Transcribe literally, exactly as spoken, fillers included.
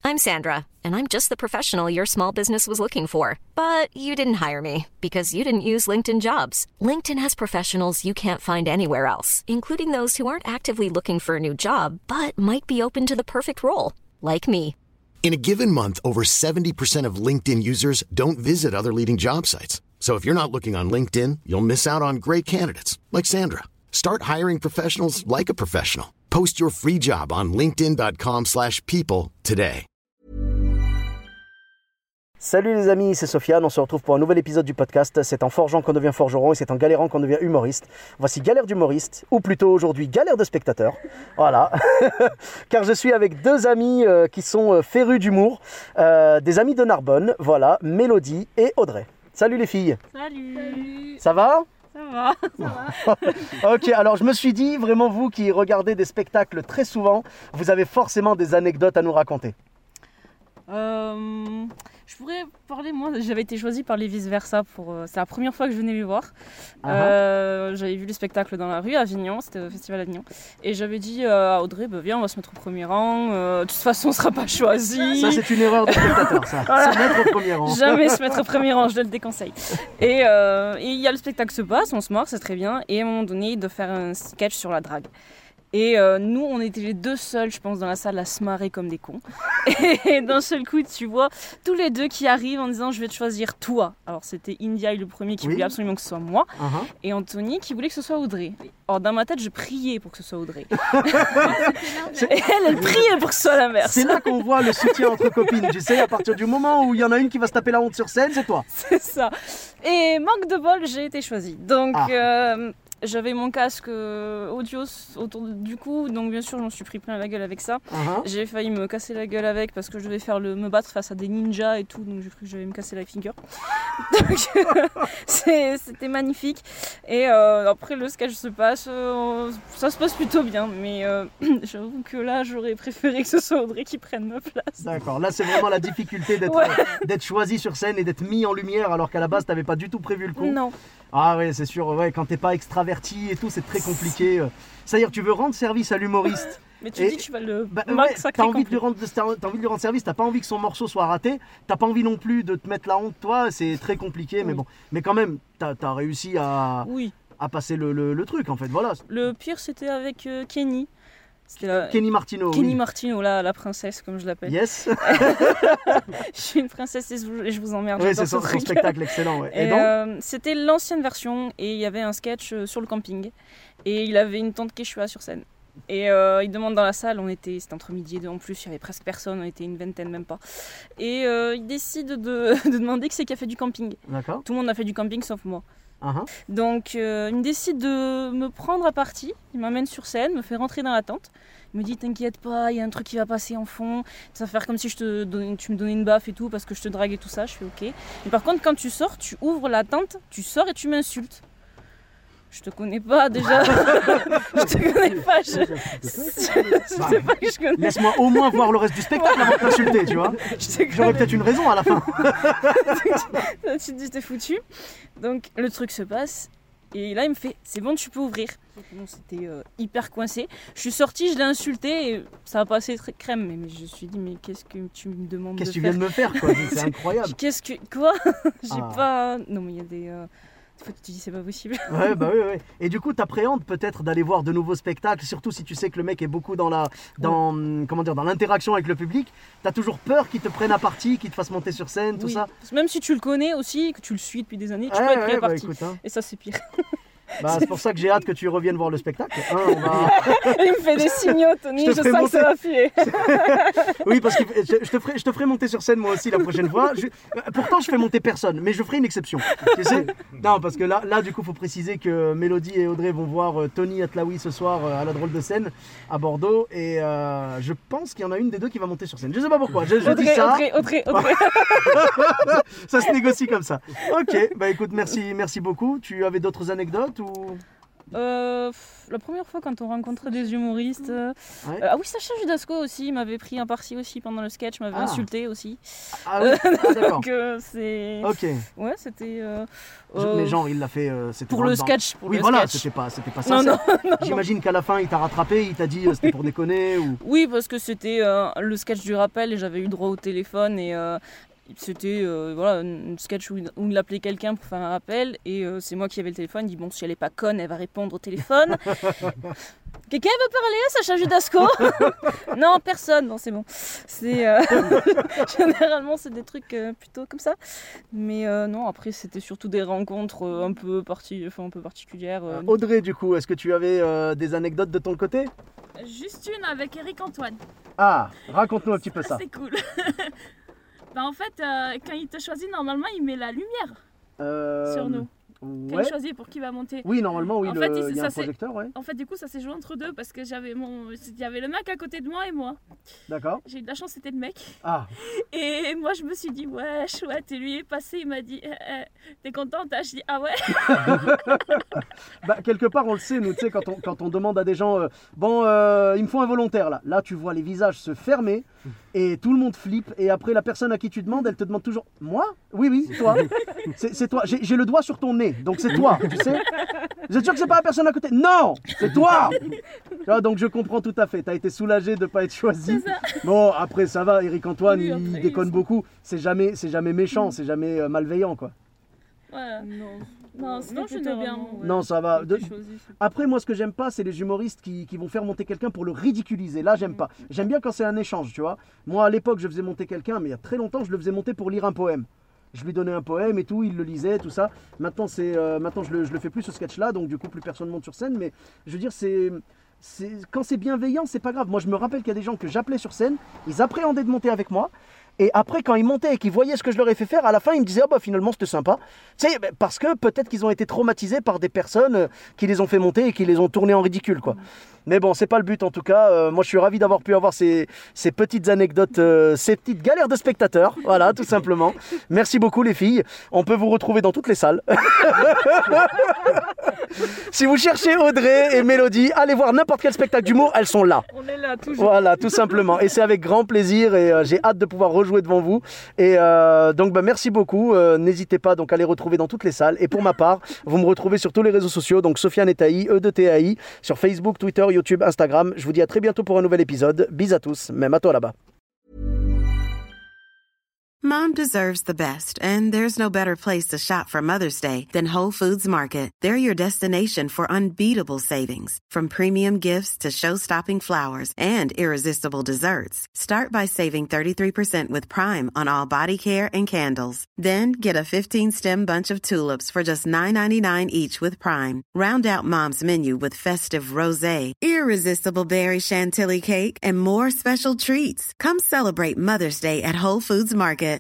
I'm Sandra, and I'm just the professional your small business was looking for. But you didn't hire me because you didn't use LinkedIn Jobs. LinkedIn has professionals you can't find anywhere else, including those who aren't actively looking for a new job, but might be open to the perfect role, like me. In a given month, over seventy percent of LinkedIn users don't visit other leading job sites. So if you're not looking on LinkedIn, you'll miss out on great candidates like Sandra. Start hiring professionals like a professional. Post your free job on linkedin.com slash people today. Salut les amis, c'est Sofiane, on se retrouve pour un nouvel épisode du podcast. C'est en forgeant qu'on devient forgeron et c'est en galérant qu'on devient humoriste. Voici Galère d'humoriste, ou plutôt aujourd'hui Galère de spectateur. Voilà, car je suis avec deux amis euh, qui sont euh, férus d'humour, euh, des amis de Narbonne, voilà, Mélodie et Audrey. Salut les filles. Salut. Salut. Ça va ? Ça va, ça va. Ok, alors je me suis dit, vraiment vous qui regardez des spectacles très souvent, vous avez forcément des anecdotes à nous raconter. Euh, je pourrais parler, moi, j'avais été choisie par les Vice Versa, pour, euh, c'est la première fois que je venais les voir. Uh-huh. Euh, j'avais vu le spectacle dans la rue à Avignon, c'était au festival Avignon. Et j'avais dit euh, à Audrey, bah, viens, on va se mettre au premier rang, euh, de toute façon on ne sera pas choisi. Ça c'est une erreur de spectateur, ça, voilà. Se mettre au premier rang. Jamais se mettre au premier rang, je le déconseille. Et il euh, y a le spectacle se passe, on se marre, c'est très bien. Et à un moment donné, il doit faire un sketch sur la drague. Et euh, nous, on était les deux seuls, je pense, dans la salle à se marrer comme des cons. Et d'un seul coup, tu vois, tous les deux qui arrivent en disant « je vais te choisir toi ». Alors c'était India le premier qui oui. voulait absolument que ce soit moi, uh-huh. et Anthony qui voulait que ce soit Audrey. Or dans ma tête, je priais pour que ce soit Audrey. Et elle, elle priait pour que ce soit l'inverse. C'est là qu'on voit le soutien entre copines, tu sais, à partir du moment où il y en a une qui va se taper la honte sur scène, c'est toi. C'est ça. Et manque de bol, j'ai été choisie. Donc... Ah. Euh, J'avais mon casque audio autour du cou, donc bien sûr je m'en suis pris plein la gueule avec ça. Uh-huh. J'ai failli me casser la gueule avec parce que je devais faire le, me battre face à des ninjas et tout, donc j'ai cru que j'allais me casser la figure. Donc c'est, c'était magnifique. Et euh, après le sketch se passe, euh, ça se passe plutôt bien, mais euh, j'avoue que là j'aurais préféré que ce soit Audrey qui prenne ma place. D'accord, là c'est vraiment la difficulté d'être, ouais. euh, d'être choisi sur scène et d'être mis en lumière alors qu'à la base t'avais pas du tout prévu le coup. Non. Ah ouais, c'est sûr, ouais, quand t'es pas extraverti et tout, c'est très compliqué. C'est-à-dire, tu veux rendre service à l'humoriste. Mais tu et, dis que tu vas le bah, ouais, t'as envie de lui rendre, t'as envie de lui rendre service, t'as pas envie que son morceau soit raté, t'as pas envie non plus de te mettre la honte, toi, c'est très compliqué, oui. mais bon. Mais quand même, t'as, t'as réussi à, oui. à passer le, le, le truc, en fait, voilà. Le pire, c'était avec euh, Kenny. C'était la... Kenny Martino. Kenny oui. Martino, là, la princesse, comme je l'appelle. Yes. Je suis une princesse et je vous emmerde. Oui, c'est son, son spectacle excellent. Ouais. Et, et donc euh, c'était l'ancienne version et il y avait un sketch sur le camping et il avait une tante Quechua sur scène. Et euh, il demande dans la salle, on était, c'était entre midi et deux en plus, il y avait presque personne, on était une vingtaine même pas. Et euh, il décide de, de demander qui c'est qui a fait du camping. D'accord. Tout le monde a fait du camping sauf moi. Uh-huh. Donc euh, il me décide de me prendre à partie, il m'amène sur scène, me fait rentrer dans la tente. Il me dit t'inquiète pas, il y a un truc qui va passer en fond, ça va faire comme si je te donnais, tu me donnais une baffe et tout parce que je te drague et tout ça, je fais ok. Mais par contre quand tu sors, tu ouvres la tente, tu sors et tu m'insultes. Je te connais pas déjà. Je te connais pas. Je, je, je sais pas que je connais. Laisse-moi au moins voir le reste du spectacle avant de t'insulter, tu vois. J'aurais peut-être une raison à la fin. Tu te dis t'es foutu. Donc le truc se passe. Et là il me fait c'est bon tu peux ouvrir. Bon, c'était euh, hyper coincé. Je suis sortie, je l'ai insulté et ça a passé très crème. Mais, mais je me suis dit mais qu'est-ce que tu me demandes qu'est-ce de que tu faire viens de me faire quoi. C'est incroyable. Qu'est-ce que quoi. J'ai ah. pas. Non mais il y a des. Euh... Tu dis c'est pas possible. Ouais bah oui, oui. Et du coup t'appréhendes peut-être d'aller voir de nouveaux spectacles, surtout si tu sais que le mec est beaucoup dans la, dans ouais. comment dire, dans l'interaction avec le public. T'as toujours peur qu'il te prenne à partie, qu'il te fasse monter sur scène, tout oui. ça. Même si tu le connais aussi, que tu le suis depuis des années, tu ouais, peux être pris ouais, à partie. bah, écoute, hein. Et ça c'est pire. Bah, c'est pour ça que j'ai hâte que tu reviennes voir le spectacle. Hein, on va... Il me fait des signaux, Tony, je, je sens monter... que ça va filer. Oui, parce que je, je, te ferai, je te ferai monter sur scène moi aussi la prochaine fois. Je... Pourtant, je fais monter personne, mais je ferai une exception. Tu sais non, parce que là, là, du coup, il faut préciser que Mélodie et Audrey vont voir Tony Atlaoui ce soir à la Drôle de Scène à Bordeaux. Et euh, je pense qu'il y en a une des deux qui va monter sur scène. Je sais pas pourquoi. Je, je Audrey, dis ça. Audrey, Audrey, Audrey. Ça se négocie comme ça. Ok, bah écoute, merci, merci beaucoup. Tu avais d'autres anecdotes ou... euh, La première fois quand on rencontrait des humoristes. Euh, ouais. euh, ah oui, Sacha Judasco aussi, il m'avait pris un parti aussi pendant le sketch, m'avait ah. insulté aussi. Ah oui, ah, d'accord. Donc euh, c'est. Ok. Ouais, c'était. Euh, euh... Mais genre, il l'a fait. Euh, c'était pour le dans... sketch. Pour oui, le voilà, sketch. c'était pas, c'était pas ça. Non, non, non, J'imagine non. qu'à la fin, il t'a rattrapé, il t'a dit euh, c'était pour déconner ou. Oui, parce que c'était euh, le sketch du rappel et j'avais eu droit au téléphone et. Euh, C'était euh, voilà, un sketch où il, où il appelait quelqu'un pour faire un rappel et euh, c'est moi qui avais le téléphone. Il dit bon, si elle est pas conne, elle va répondre au téléphone. Quelqu'un veut parler, Sacha Judasco? Non, personne. Non, c'est bon. C'est euh... généralement c'est des trucs euh, plutôt comme ça. Mais euh, non, après c'était surtout des rencontres euh, un peu parti... enfin, un peu particulières. Euh... Audrey, du coup, est-ce que tu avais euh, des anecdotes de ton côté? Juste une avec Eric Antoine. Ah, raconte-nous un petit peu ça. C'est cool. Bah en fait, euh, quand il te choisit, normalement, il met la lumière euh, sur nous. Quand ouais. il choisit pour qui va monter. Oui, normalement, oui, en le, fait, il y a un projecteur, ouais. En fait, du coup, ça s'est joué entre deux parce que j'avais mon... il y avait le mec à côté de moi et moi. D'accord. J'ai eu de la chance, c'était le mec. Ah. Et moi, je me suis dit, ouais, chouette. Et lui est passé, il m'a dit, eh, eh, t'es contente? Je dis, ah ouais. Bah, quelque part, on le sait, nous, tu sais, quand on, quand on demande à des gens, euh, bon, euh, il me faut un volontaire, là. Là, tu vois les visages se fermer et tout le monde flippe. Et après, la personne à qui tu demandes, elle te demande toujours, moi? Oui, oui, toi. C'est, c'est toi. J'ai, j'ai le doigt sur ton nez, donc c'est toi, tu sais. Vous êtes sûr que c'est pas la personne à côté? Non, c'est toi. Tu vois, donc je comprends tout à fait. T'as été soulagé de pas être choisi. Bon, après, ça va, Eric Antoine, oui, après, il déconne il... beaucoup. C'est jamais, c'est jamais méchant, c'est jamais euh, malveillant, quoi. Ouais, non. Non, non, je bien. Ouais. Non, ça va. De... Après, moi, ce que j'aime pas, c'est les humoristes qui, qui vont faire monter quelqu'un pour le ridiculiser. Là, j'aime pas. J'aime bien quand c'est un échange, tu vois. Moi, à l'époque, je faisais monter quelqu'un, mais il y a très longtemps, je le faisais monter pour lire un poème. Je lui donnais un poème et tout, il le lisait, tout ça. Maintenant, c'est, euh, maintenant je le, je le fais plus ce sketch-là, donc du coup, plus personne monte sur scène. Mais je veux dire, c'est, c'est, quand c'est bienveillant, c'est pas grave. Moi, je me rappelle qu'il y a des gens que j'appelais sur scène, ils appréhendaient de monter avec moi. Et après, quand ils montaient et qu'ils voyaient ce que je leur ai fait faire, à la fin, ils me disaient « Ah bah finalement, c'était sympa ». Tu sais, parce que peut-être qu'ils ont été traumatisés par des personnes qui les ont fait monter et qui les ont tournés en ridicule, quoi. Mais bon, c'est pas le but en tout cas. Euh, moi, je suis ravi d'avoir pu avoir ces, ces petites anecdotes, euh, ces petites galères de spectateurs. Voilà, tout simplement. Merci beaucoup, les filles. On peut vous retrouver dans toutes les salles. Si vous cherchez Audrey et Mélodie, allez voir n'importe quel spectacle d'humour, elles sont là. On est là, toujours. Voilà, tout simplement. Et c'est avec grand plaisir et euh, j'ai hâte de pouvoir rejouer devant vous. Et euh, donc, bah, merci beaucoup. Euh, n'hésitez pas donc à les retrouver dans toutes les salles. Et pour ma part, vous me retrouvez sur tous les réseaux sociaux. Donc, Sofiane Taï, E de T A I, sur Facebook, Twitter, YouTube, Instagram. Je vous dis à très bientôt pour un nouvel épisode. Bis à tous, même à toi là-bas. Mom deserves the best, and there's no better place to shop for Mother's Day than Whole Foods Market. They're your destination for unbeatable savings, from premium gifts to show-stopping flowers and irresistible desserts. Start by saving thirty-three percent with Prime on all body care and candles. Then get a fifteen-stem bunch of tulips for just nine ninety-nine each with Prime. Round out Mom's menu with festive rosé, irresistible berry chantilly cake, and more special treats. Come celebrate Mother's Day at Whole Foods Market.